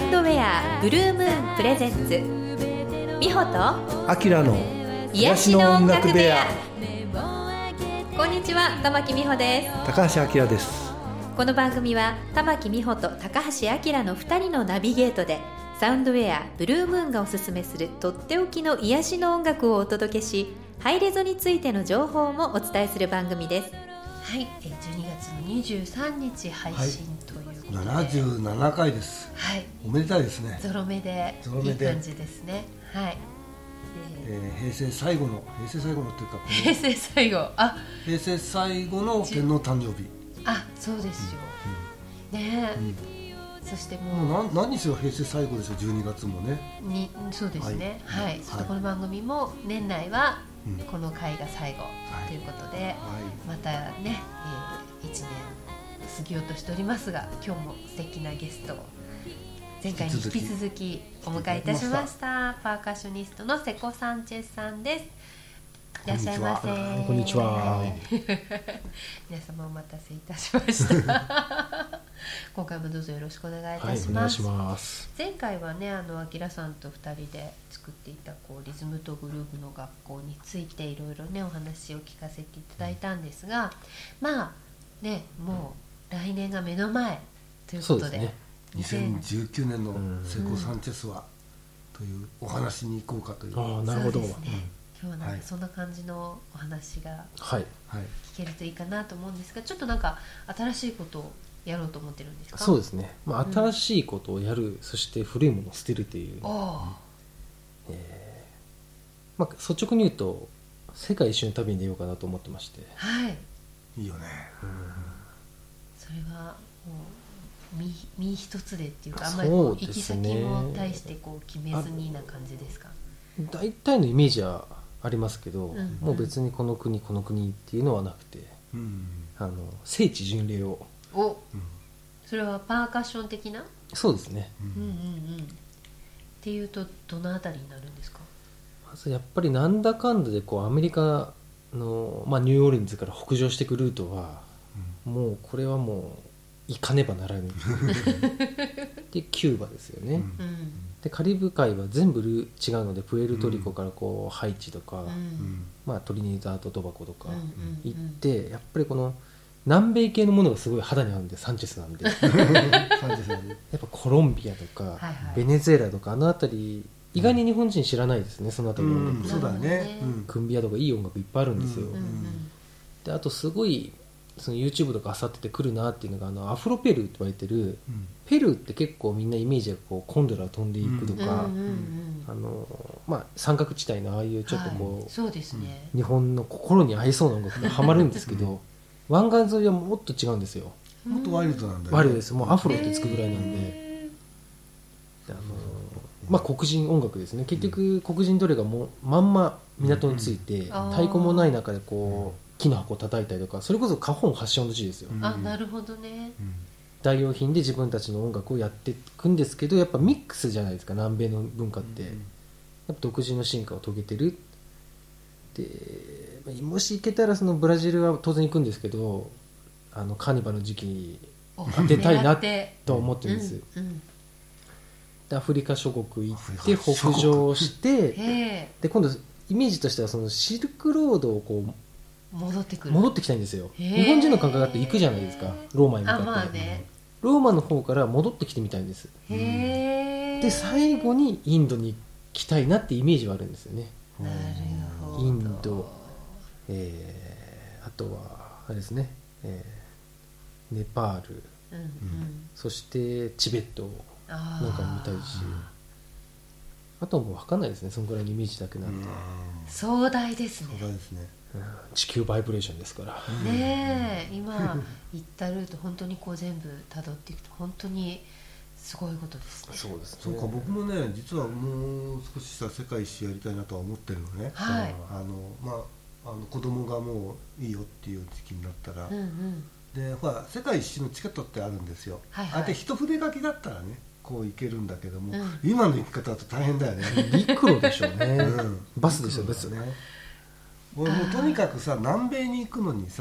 ウンドウェアブルームーンプレゼンツ美穂とアキラの癒しの音楽部屋。こんにちは、玉木美穂です。 高橋明です。 この番組は玉木美穂と高橋明の2人のナビゲートでサウンドウェアブルームーンがおすすめするとっておきの癒しの音楽をお届けし、ハイレゾについての情報もお伝えする番組です。はい、12月の23日配信ということで、 はい、77回です。 はい、 おめでたいですね。 ゾロ目でいい感じですね。はい、 平成最後のというか平成最後の天皇誕生日。 あ、そうですよ、ねえ、そしてもう何にせよ平成最後ですよ、12月もねそうですね、はい、そしてこの番組も年内はこの回が最後ということで、またね、1年過ぎようとしておりますが、今日も素敵なゲストを前回に引き続きお迎えいたしました。パーカッショニストのセコ・サンチェスさんです。いらっしゃいませ。 こんにちは。 皆様お待たせいたしました今回もどうぞよろしくお願いいたします。 お願いします。 前回はね、アキラさんと2人で作っていたリズムとグルーヴの学校についていろいろねお話を聞かせていただいたんですが、まあね、もう来年が目の前ということで、 ね、 2019年のセコ・サンチェスはというお話に行こうかという。 あ、なるほど。 そうですね、今日はなんかそんな感じのお話が聞けるといいかなと思うんですが、ちょっとなんか新しいことをやろうと思ってるんですか？ そうですね、新しいことをやる、そして古いものを捨てるという、率直に言うと世界一周の旅に出ようかなと思ってまして。 はい、 いいよね、 それはもう身一つでっていうか、あんまり行き先も大して決めずにな感じですか？ 大体のイメージはありますけど、もう別にこの国っていうのはなくて、聖地巡礼を。 それはパーカッション的な？ そうですね、 っていうとどのあたりになるんですか？ まずやっぱりなんだかんだでアメリカの、ニューオーリンズから北上していくルートは、もうこれはもう行かねばならぬでキューバですよね、でカリブ海は全部違うので、プエルトリコからハイチとか、トリニダード・トバゴとか行って、やっぱりこの南米系のものがすごい肌に合うんで、サンチェスなんでやっぱコロンビアとか、ベネズエラとか、あの辺り意外に日本人知らないですね、その辺りの、 そうだね、 クンビアとかいい音楽いっぱいあるんですよ、であとすごいその YouTube とか漁っててくるなっていうのが、アフロペルーって言われてる、ペルーって結構みんなイメージがコンドラを飛んでいくとか、三角地帯のああいうちょっとそうですね、 日本の心に合いそうな音楽がハマるんですけど湾岸沿いはもっと違うんですよ。 もっとワイルドなんだよね。 ワイルドです。もうアフロってつくぐらいなんで、黒人音楽ですね。結局黒人奴隷がもうまんま港について、太鼓もない中で木の箱を叩いたりとか、それこそカホン発祥の地ですよ。 なるほどね。 代用品で自分たちの音楽をやっていくんですけど、やっぱミックスじゃないですか、南米の文化って、やっぱ独自の進化を遂げてる。でもし行けたらそのブラジルは当然行くんですけど、カーニバルの時期に当てたいなと思ってるんです、でアフリカ諸国行って北上してで今度イメージとしてはそのシルクロードを戻ってきたいんですよ。日本人の感覚だって行くじゃないですか、ローマに向かって、ローマの方から戻ってきてみたいんです。で最後にインドに行きたいなってイメージはあるんですよね。 なるほど。 インド、あとはあれですね、ネパール、そしてチベットなんか見たいし、あとはもう分かんないですね、そのぐらいのイメージだけなんで。 壮大ですね。 地球バイブレーションですからねえ、今行ったルート本当に全部辿っていくと本当にすごいことですね。 そうですね。 そうか、僕もね実はもう少しした世界一周やりたいなとは思ってるのね。子供がもういいよっていう時期になったら、でほら世界一周のチケットってあるんですよ。あれで一筆書きだったらね行けるんだけども、今の行き方だと大変だよね。 陸路でしょうね、バスでしょ、別に。 俺もうとにかくさ、南米に行くのにさ、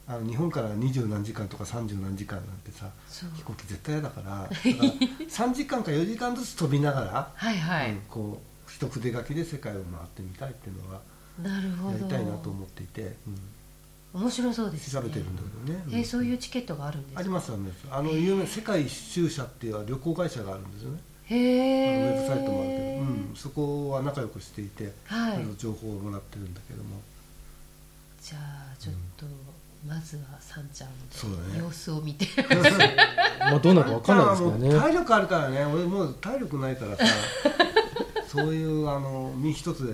日本から20何時間とか30何時間なんてさ飛行機絶対嫌だから3時間か4時間ずつ飛びながらはいはい、 こう一筆書きで世界を回ってみたいっていうのはなるほどやりたいなと思っていて、 面白そうですね。 調べてるんだけどね、 そういうチケットがあるんですか？ ありますあります。有名世界一周者っていう旅行会社があるんですよね。 へえ。 ウェブサイトもあるけど、そこは仲良くしていて、 はい、 情報をもらってるんだけども、 じゃあちょっと、まずはさんちゃんのね、 様子を見てまあどうなるか分かんないですからね。 体力あるからね。俺もう体力ないからさそういう身一つで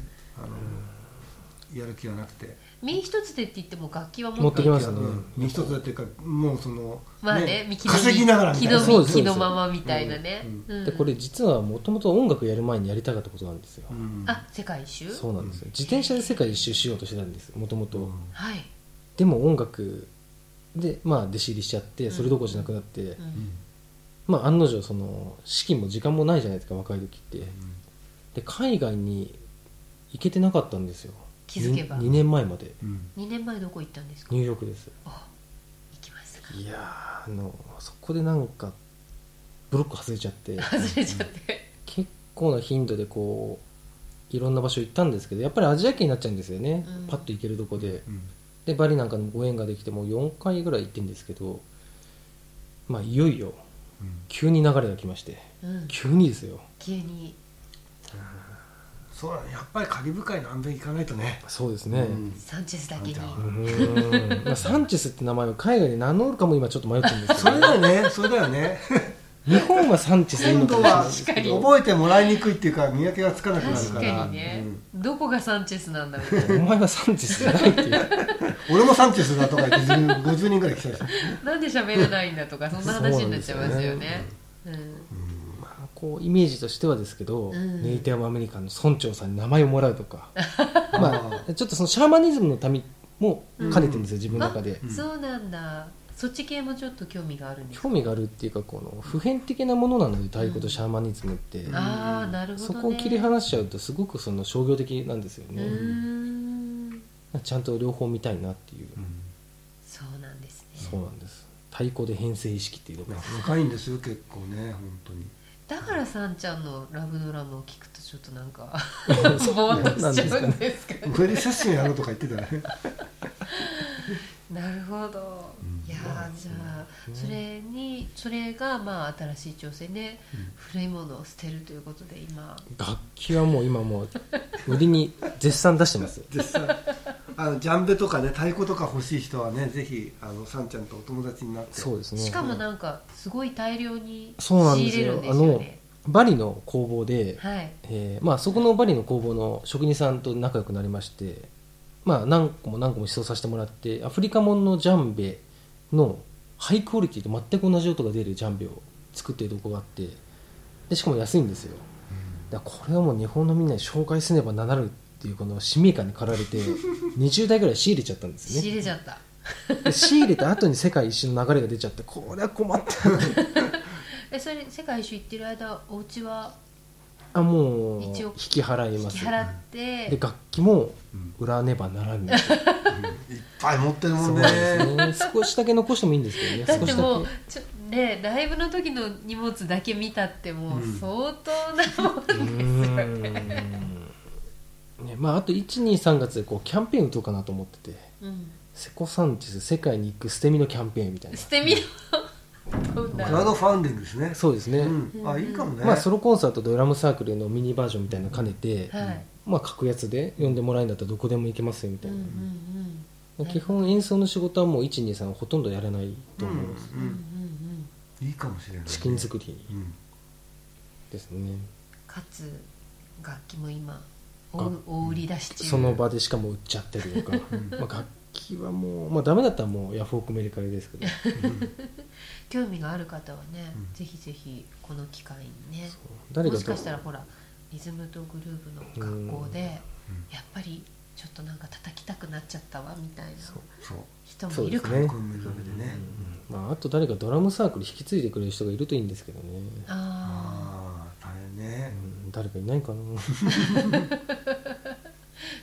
やる気はなくて、 身一つでって言っても楽器は持ってきますね。 身一つでっていうか、もうまあね、 稼ぎながら気のままみたいなね。 でこれ実はもともと音楽やる前にやりたかったことなんですよ。 あ、世界一周？ そうなんですよ。自転車で世界一周しようとしてたんですもともと。 はい。 でも音楽で弟子入りしちゃってそれどころじゃなくなって、案の定その資金も時間もないじゃないですか、若い時って。で海外に行けてなかったんですよ。 気づけば 2年前まで。 2年前どこ行ったんですか？ ニューヨークです。 あ、行きましたか？ いやそこでなんかブロック外れちゃって結構な頻度でこういろんな場所行ったんですけど、やっぱりアジア圏になっちゃうんですよね、パッと行けるとこで。でバリなんかのご縁ができてもう4回ぐらい行ってるんですけど、いよいよ急に流れが来まして、急にですよ。 急に。 そうだね、やっぱりカリブ海南米行かないとね。 そうですね、 サンチェスだけに。 サンチェスって名前を海外で名乗るかも今ちょっと迷ってるんですけど、それだよね日本はサンチェスいいのかもしれないですけど、 覚えてもらいにくいっていうか見分けがつかなくなるから。 確かにね、どこがサンチェスなんだみたいな。 お前はサンチェスじゃないっていう俺もサンチェスだとか言って50人ぐらい来たりしてなんで喋れないんだとかそんな話になっちゃいますよね。 こうイメージとしてはですけど、ネイティブアメリカンの村長さんに名前をもらうとかちょっとそのシャーマニズムのためも兼ねてるんですよ、自分の中で。 そうなんだ。そっち系もちょっと興味があるんですか？ 興味があるっていうか、この普遍的なものなので太鼓とシャーマニズムって、 ああなるほどね。 そこを切り離しちゃうとすごくその商業的なんですよね。ちゃんと両方見たいなっていう。 そうなんですね。 そうなんです。太鼓で編成意識っていうのが深いんですよ結構ね、本当に。 だからさんちゃんのラブドラムを聞くとちょっとなんかぼーっとしちゃうんですかね。 ウェリーセッションやろうとか言ってたよねなるほど。いやじゃあそれが新しい挑戦で古いものを捨てるということで、今楽器はもう今もう売りに絶賛出してます絶賛ジャンベとかね太鼓とか欲しい人はね、ぜひさんちゃんとお友達になって。 そうですね。 しかもなんかすごい大量に仕そうなんです入れるよ。 んですよね。 バリの工房で、そこのバリの工房の職人さんと仲良くなりまして、何個も指導させてもらって、アフリカモンのジャンベのハイクオリティと全く同じ音が出るジャンベを作っているところがあって、でしかも安いんですよ。だからこれはもう日本のみんなに紹介せねばならぬっていうこの使命感に駆られて20台ぐらい仕入れちゃったんですよね。 仕入れちゃったで仕入れた後に世界一周の流れが出ちゃって、これは困ったそれ世界一周行ってる間お家はもう引き払います。 引き払ってで楽器も売らねばならぬ、いっぱい持ってるもんね。 少しだけ残してもいいんですけどね。 だってもうライブの時の荷物だけ見たってもう相当なもんですよね。 あと 1,2,3 月でこうキャンペーン打とうかなと思ってて、セコサンチェス世界に行く捨て身のキャンペーンみたいな。 捨て身のクラウドファンディングですね。 そうですね、 いいかもね。 ソロコンサートとドラムサークルのミニバージョンみたいなの兼ねて、格安で呼んでもらえるんだったらどこでも行けますよみたいな。基本演奏の仕事はもう 1,2,3 ほとんどやらないと思います。 いいかもしれない、ね、 資金作りですね。 かつ楽器も今大売り出し中、 その場でしかも売っちゃってるとか楽器はもう、ダメだったらもうヤフオクメルカリですけど興味がある方はね、ぜひぜひこの機会にね、もしかしたらほらリズムとグルーヴの学校でやっぱりちょっとなんか叩きたくなっちゃったわみたいな人もいるかも。 あと誰かドラムサークル引き継いでくれる人がいるといいんですけどね。 大変ね。 誰かいないかな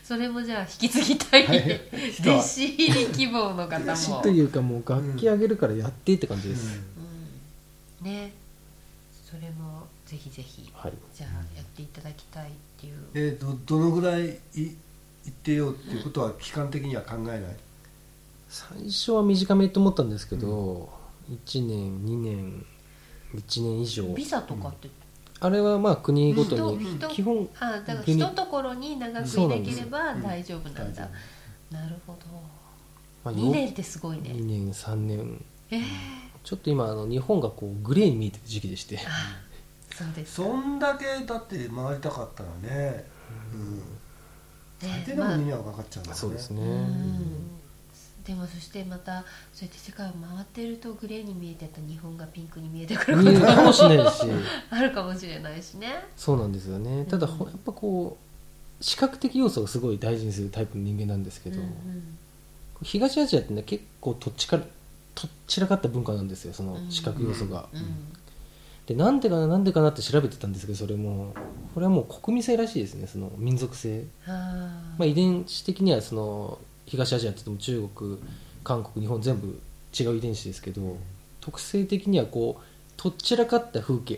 それもじゃあ引き継ぎたい、はい、弟子入り希望の方も弟子というかもう楽器あげるからやってって感じです、 ね、それもぜひぜひ、はい、じゃあやっていただきたいっていう、 どのぐらい行ってよっていうことは期間的には考えない？ 最初は短めと思ったんですけど、1年2年1年以上。 ビザとかって、 あれはまあ国ごとに基本だから一ところに長くいなければ大丈夫なんだ。なるほど、まあ、2年ってすごいね。 2年3年、ちょっと今日本がこうグレーに見えてる時期でして、 そうですか。そんだけだって回りたかったらね、最低でも2年はかかっちゃうんだね。 そうですね。 でもそしてまたそうやって世界を回っているとグレーに見えてた日本がピンクに見えてくることかもしれないしあるかもしれないしね。 そうなんですよね。ただ、やっぱこう視覚的要素をすごい大事にするタイプの人間なんですけど、東アジアってね結構とっちらかった文化なんですよ、その視覚要素が。でなんでかなって調べてたんですけど、それもこれはもう国民性らしいですね、その民族性。まあ、遺伝子的にはその東アジアって言っても中国韓国日本全部違う遺伝子ですけど、特性的にはこうとっちらかった風景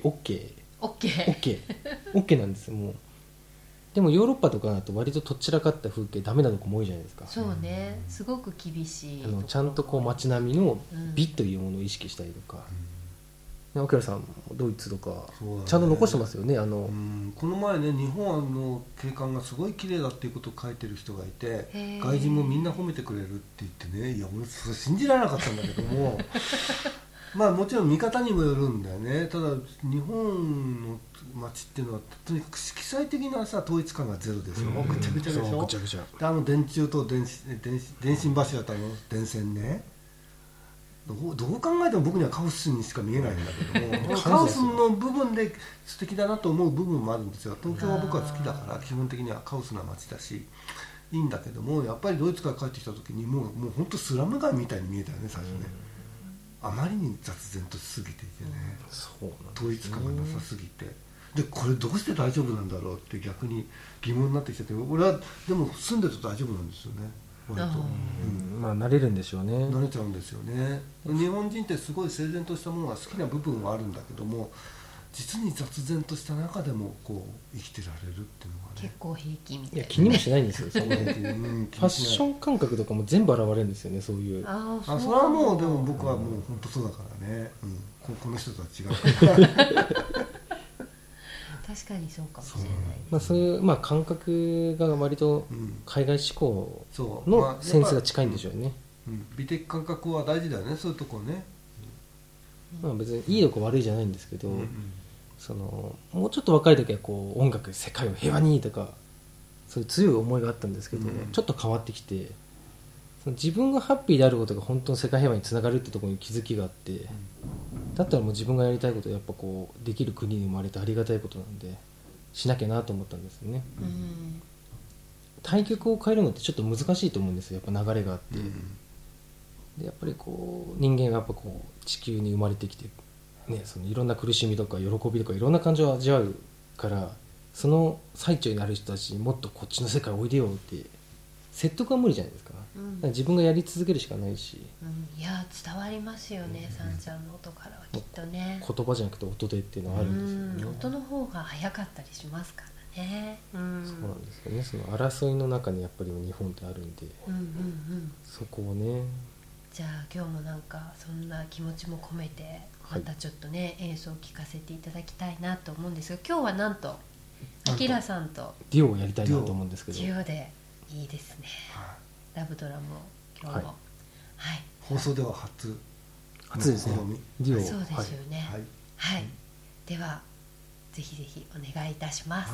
OK なんですよ。もうでもヨーロッパとかだと割ととっちらかった風景ダメなとこも多いじゃないですか。 そうね、すごく厳しいちゃんとこう街並みの美というものを意識したりとか、アキラさんドイツとかちゃんと残してますよね。 この前ね、日本の景観がすごい綺麗だっていうことを書いてる人がいて、外人もみんな褒めてくれるって言ってね、いや俺それ信じられなかったんだけどもまあもちろん見方にもよるんだよね。ただ日本の街っていうのはとにかく色彩的なさ統一感がゼロですよ。ぐちゃぐちゃでしょ。 ぐちゃぐちゃで電柱と電信柱と電線ね、どう考えても僕にはカオスにしか見えないんだけどもカオスの部分で素敵だなと思う部分もあるんですよ。東京は僕は好きだから基本的にはカオスな街だしいいんだけども、やっぱりドイツから帰ってきた時にもう本当スラム街みたいに見えたよね最初ね。あまりに雑然としすぎていてね、統一感がなさすぎて、でこれどうして大丈夫なんだろうって逆に疑問になってきてて、俺はでも住んでると大丈夫なんですよね。 まあ慣れるんでしょうね。 慣れちゃうんですよね。日本人ってすごい整然としたものが好きな部分はあるんだけども、実に雑然とした中でもこう生きてられるっていうのがね、 結構平気みたいな、 いや気にもしないんですよそのファッション感覚とかも全部現れるんですよね、そういう。 それはもうでも僕はもう本当そうだからね、この人とは違う確かにそうかもしれない、 まあ、そういう、感覚が割と海外志向のセンスが近いんでしょうね。 美的感覚は大事だよね、そういうとこね。 別にいいとこ悪いじゃないんですけど、もうちょっと若い時はこう音楽世界を平和にとかそういう強い思いがあったんですけど、ちょっと変わってきて、自分がハッピーであることが本当に世界平和につながるってところに気づきがあって、だったらもう自分がやりたいことをやっぱこうできる国に生まれてありがたいことなんでしなきゃなと思ったんですよね。対局を変えるのってちょっと難しいと思うんですよ、やっぱ流れがあって、でやっぱりこう人間がやっぱこう地球に生まれてきて、ね、そのいろんな苦しみとか喜びとかいろんな感情を味わうから、その最中になる人たちにもっとこっちの世界おいでよって説得は無理じゃないですか。自分がやり続けるしかないし、 いや伝わりますよね、さんちゃんの音からはきっとね。 言葉じゃなくて音でっていうのはあるんですよね。 音の方が早かったりしますからね。 そうなんですよね。その争いの中にやっぱり日本ってあるんで、そこをね。 じゃあ今日もなんかそんな気持ちも込めてまたちょっとね、演奏を聴かせていただきたいなと思うんですが、今日はなんとアキラさんとデュオをやりたいなと思うんですけど、 デュオでいいですね。ラブドラムを今日も、 放送では初ですね。 デュオ、そうですよね。ではぜひぜひお願いいたします。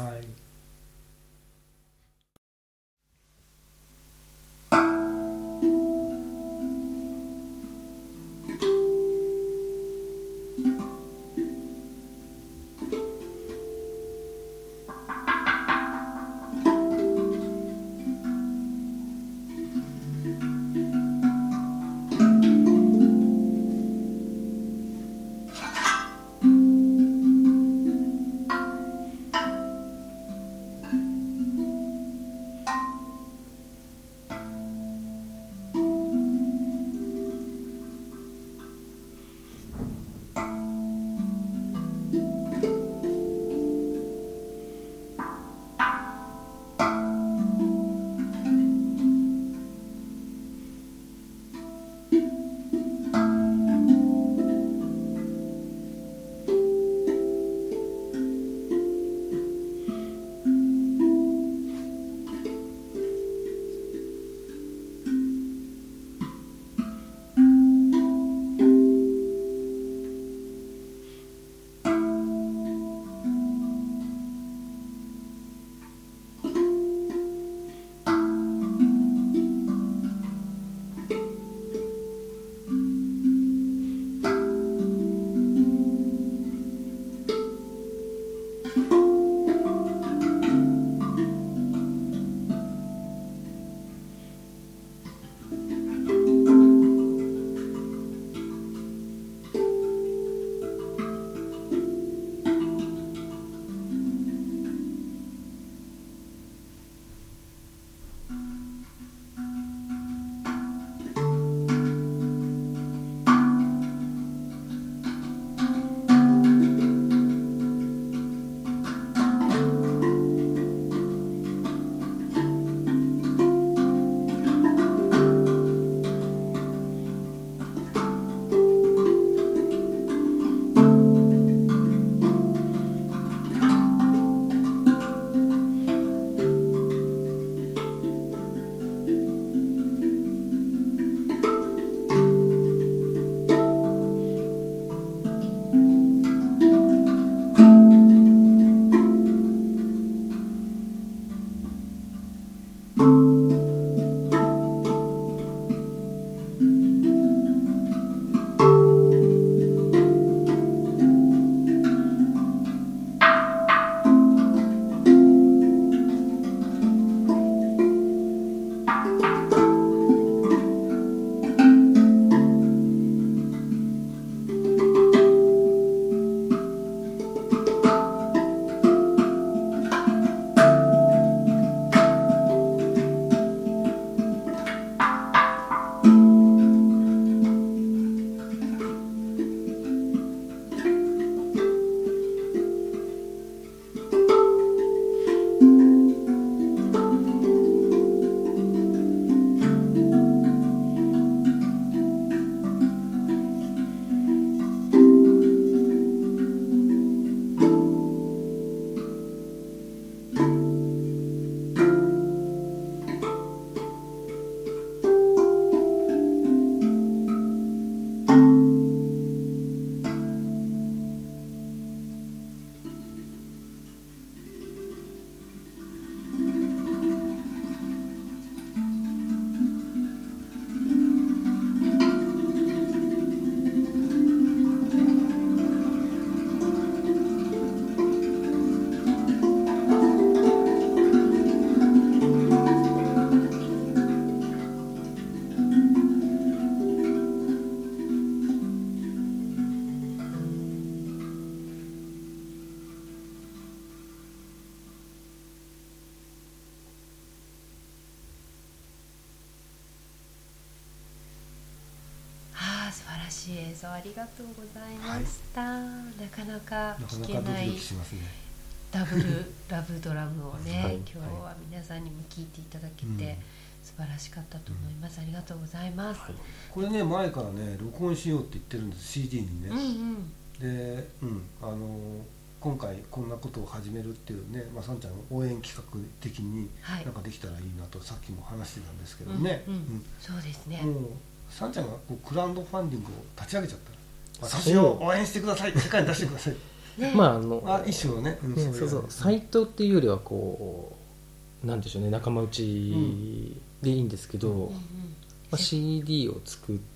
しい映像ありがとうございました、なかなか聞けないダブルラブドラムをね、今日は皆さんにも聞いていただけて、素晴らしかったと思います、ありがとうございます、 これね前からね録音しようって言ってるんです CD にね、で、今回こんなことを始めるっていうね、さんちゃん応援企画的になんかできたらいいなとさっきも話してたんですけどね、 そうですね、 もうさんちゃんがこうクラウドファンディングを立ち上げちゃったら私を応援してください、世界に出してください一種のね、 サイトっていうよりはこうなんでしょうね、仲間内でいいんですけど、CD を作って、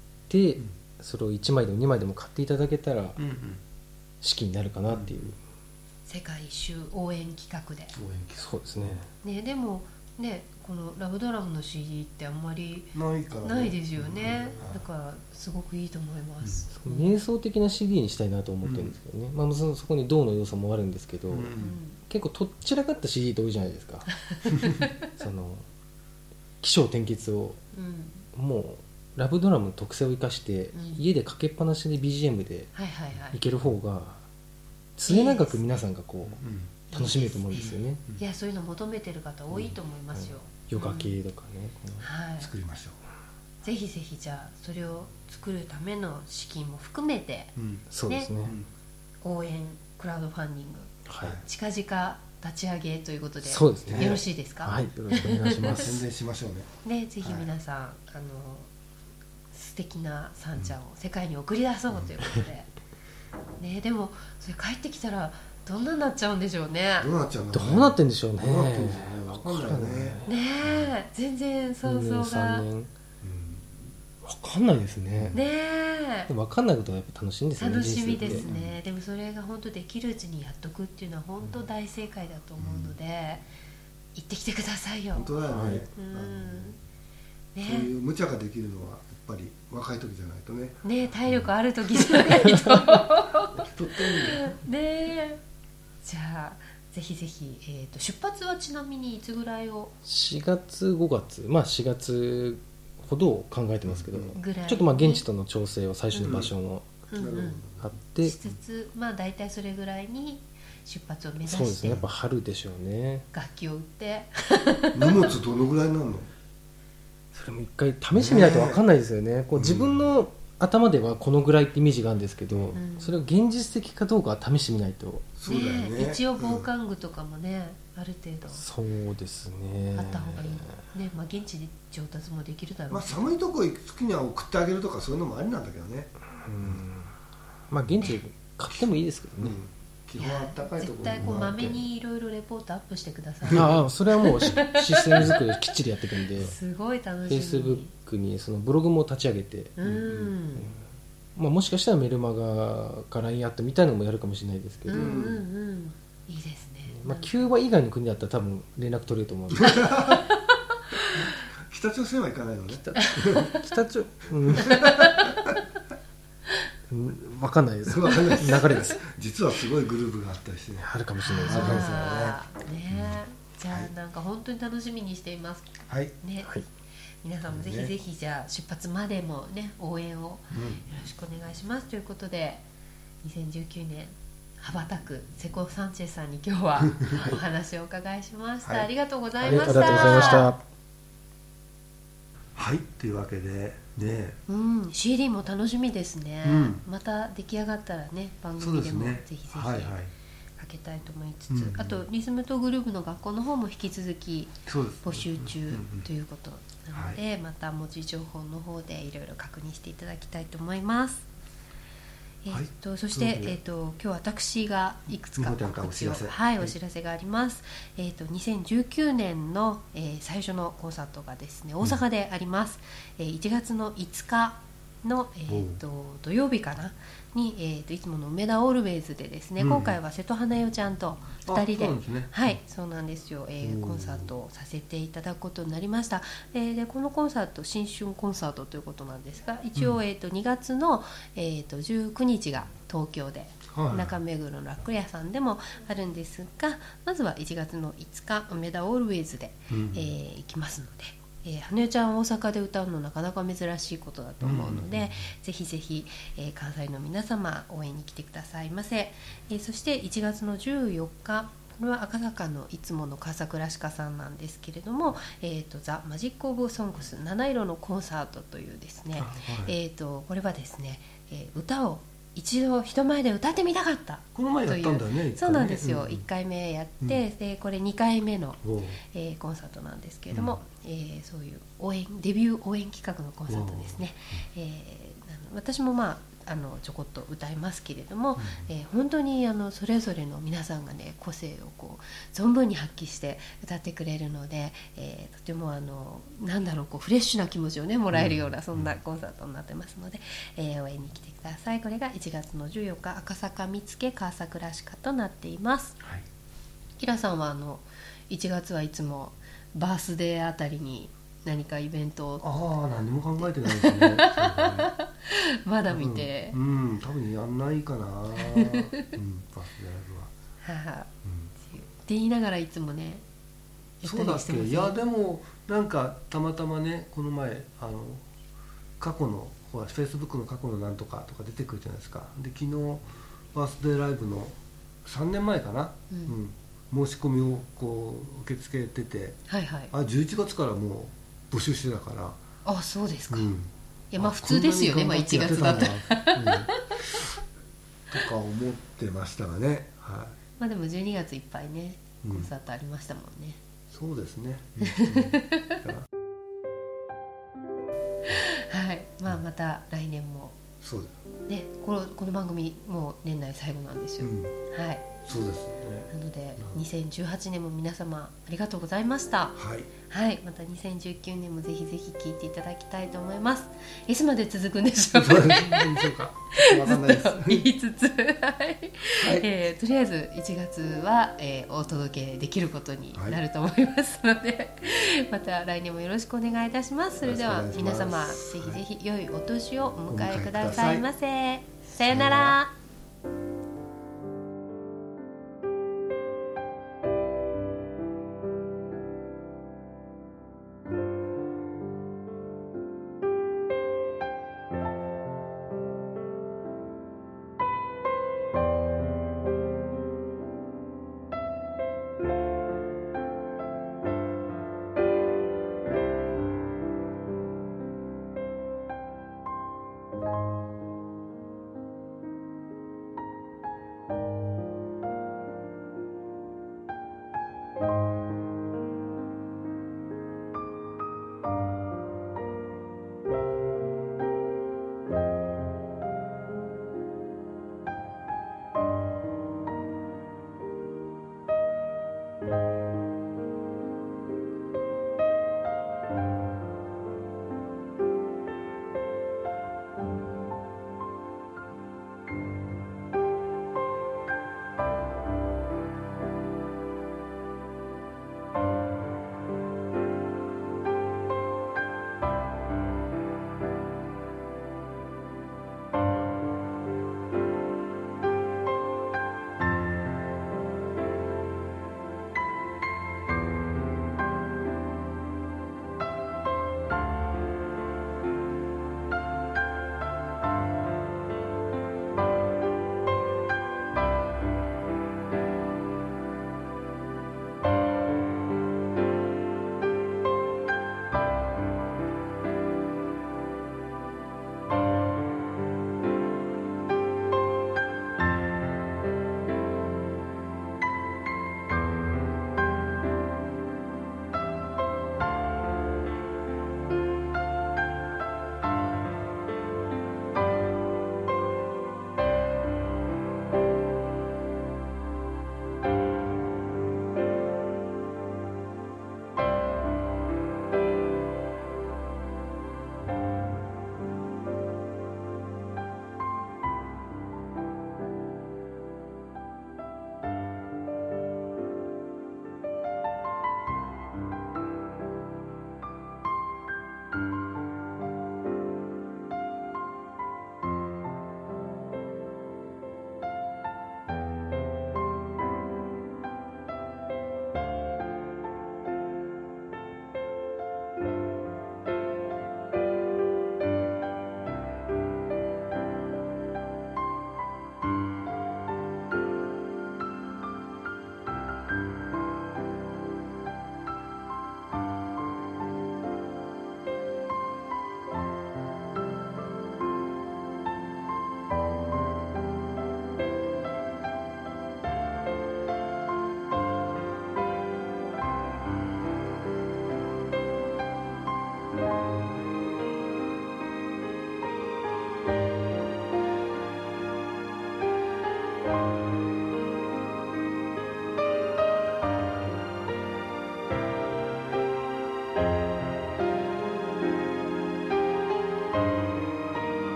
それを1枚でも2枚でも買っていただけたら資金になるかなっていう、 世界一周応援企画で、 そうですね。 でもね、このラブドラムの CD ってあんまりないですよね、だからすごくいいと思います、 瞑想的な CD にしたいなと思ってるんですけどね、そこに銅の要素もあるんですけど、結構とっちらかった CD って多いじゃないですかその起承転結を、もうラブドラムの特性を生かして、家でかけっぱなしで BGM でいける方が末永く皆さんがこう、楽しめると思うんですよね。 いや、そういうの求めてる方多いと思いますよ、 ヨガ系とかね、 作りましょう。ぜひぜひ、じゃあそれを作るための資金も含めて、 そうですね、 応援クラウドファンディング、近々立ち上げということで、 そうですね、 よろしいですか？ はい、よろしくお願いします宣伝しましょうね。 ぜひ皆さん、素敵なさんちゃんを世界に送り出そうということで、でもそれ帰ってきたらどんなになっちゃうんでしょうね。 どうなってんでしょうね。 分かんないね。全然想像が分かんないですね。分かんないことがやっぱ楽しいんですよね。 楽しみですね。でもそれが本当できるうちにやっとくっていうのは本当大正解だと思うので、行ってきてくださいよ。 本当だよね。そういう無茶ができるのはやっぱり若い時じゃないとね。 体力ある時じゃないと。じゃあぜひぜひ、出発はちなみにいつぐらいを ？4月5月、4月ほど考えてますけど、ちょっと現地との調整を最初の場所もあってしつつ、大体それぐらいに出発を目指して、 そうですね、やっぱ春でしょうね。 楽器を売って荷物どのぐらいになるの？ それも一回試してみないと分かんないですよね。こう自分の頭ではこのぐらいってイメージがあるんですけど、それを現実的かどうかは試してみないと。 そうだよね。 一応防寒具とかもね、ある程度そうですね、 あった方がいいね。現地で上達もできるだろうし、 寒いとこ行く時には送ってあげるとかそういうのもありなんだけどね。 現地で買ってもいいですけどね。 基本あったかいところ絶対まめにいろいろレポートアップしてください。 それはもうシステム作りきっちりやっていくんで、 すごい楽しみ。 Facebook にそのブログも立ち上げて、もしかしたらメルマガか LINE アットみたいなのもやるかもしれないですけど、 いいですね。 キューバ以外の国だったら多分連絡取れると思う。 北朝鮮は行かないのね。 北朝分かんないです。流れです。 実はすごいグループがあったりしてあるかもしれないですね。じゃあなんか本当に楽しみにしています。皆さんもぜひぜひじゃあ出発までもね応援をよろしくお願いしますということで、2019年羽ばたく瀬古サンチェスさんに今日はお話をお伺いしました。ありがとうございました。 ありがとうございました。 はい、というわけでね、 CD も楽しみですね。また出来上がったらね番組でもぜひぜひかけたいと思いつつ、あとリズムとグルーヴの学校の方も引き続き募集中ということなので、また文字情報の方でいろいろ確認していただきたいと思います。そして、今日私がいくつか告知を、お知らせがあります。2019年の、最初のコンサートがですね大阪であります。1月の5日の、土曜日かなに、いつもの梅田オールウェイズでですね、今回は瀬戸花代ちゃんと2人で、そうなんですよ、コンサートをさせていただくことになりました。でこのコンサート新春コンサートということなんですが、一応、2月の、19日が東京で中目黒の楽屋さんでもあるんですが、まずは1月の5日梅田オールウェイズで、行きますので、 羽生ちゃん大阪で歌うのなかなか珍しいことだと思うので、ぜひぜひ、関西の皆様応援に来てくださいませ。そして1月の14日、これは赤坂のいつもの川桜鹿さんなんですけれども、ザ・マジック・オブ・ソングス七色のコンサートというですね、これはですね、歌を一度人前で歌ってみたかったこの前やったんだよね。 そうなんですよ、1回目やって、でこれ2回目の、コンサートなんですけれども、そういうデビュー応援企画のコンサートですね。私もちょこっと歌いますけれども、本当にそれぞれの皆さんがね個性をこう存分に発揮して歌ってくれるので、とてもフレッシュな気持ちをねもらえるような、そんなコンサートになってますので、応援に来てください。これが1月の14日赤坂見附川桜鹿となっています。はい、キラさんは1月はいつもバースデーあたりに何かイベントを何も考えてないですね。 まだ見て、 多分やんないかな。バースデーライブは。 って言いながらいつもねそうだっけ。いやでもなんかたまたまねこの前過去のフェイスブックの過去のなんとかとか出てくるじゃないですか。で昨日バースデーライブの3年前かな、申し込みをこう受け付けてて、11月からもう募集してたから。 あ、そうですか。いや普通ですよね、1月だったらとか思ってましたがね。 でも12月いっぱいねコンサートありましたもんね。 そうですね。 はい、また来年もそうだね、この番組もう年内最後なんですよ。はい。 そうですね。 なので2018年も皆様ありがとうございました。また2019年もぜひぜひ聞いていただきたいと思います。いつまで続くんでしょうかね。ずっと言いつつ、とりあえず1月は、お届けできることになると思いますので、また来年もよろしくお願いいたします。それでは皆様ぜひぜひ良いお年をお迎えくださいませ。さよなら。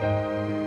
す。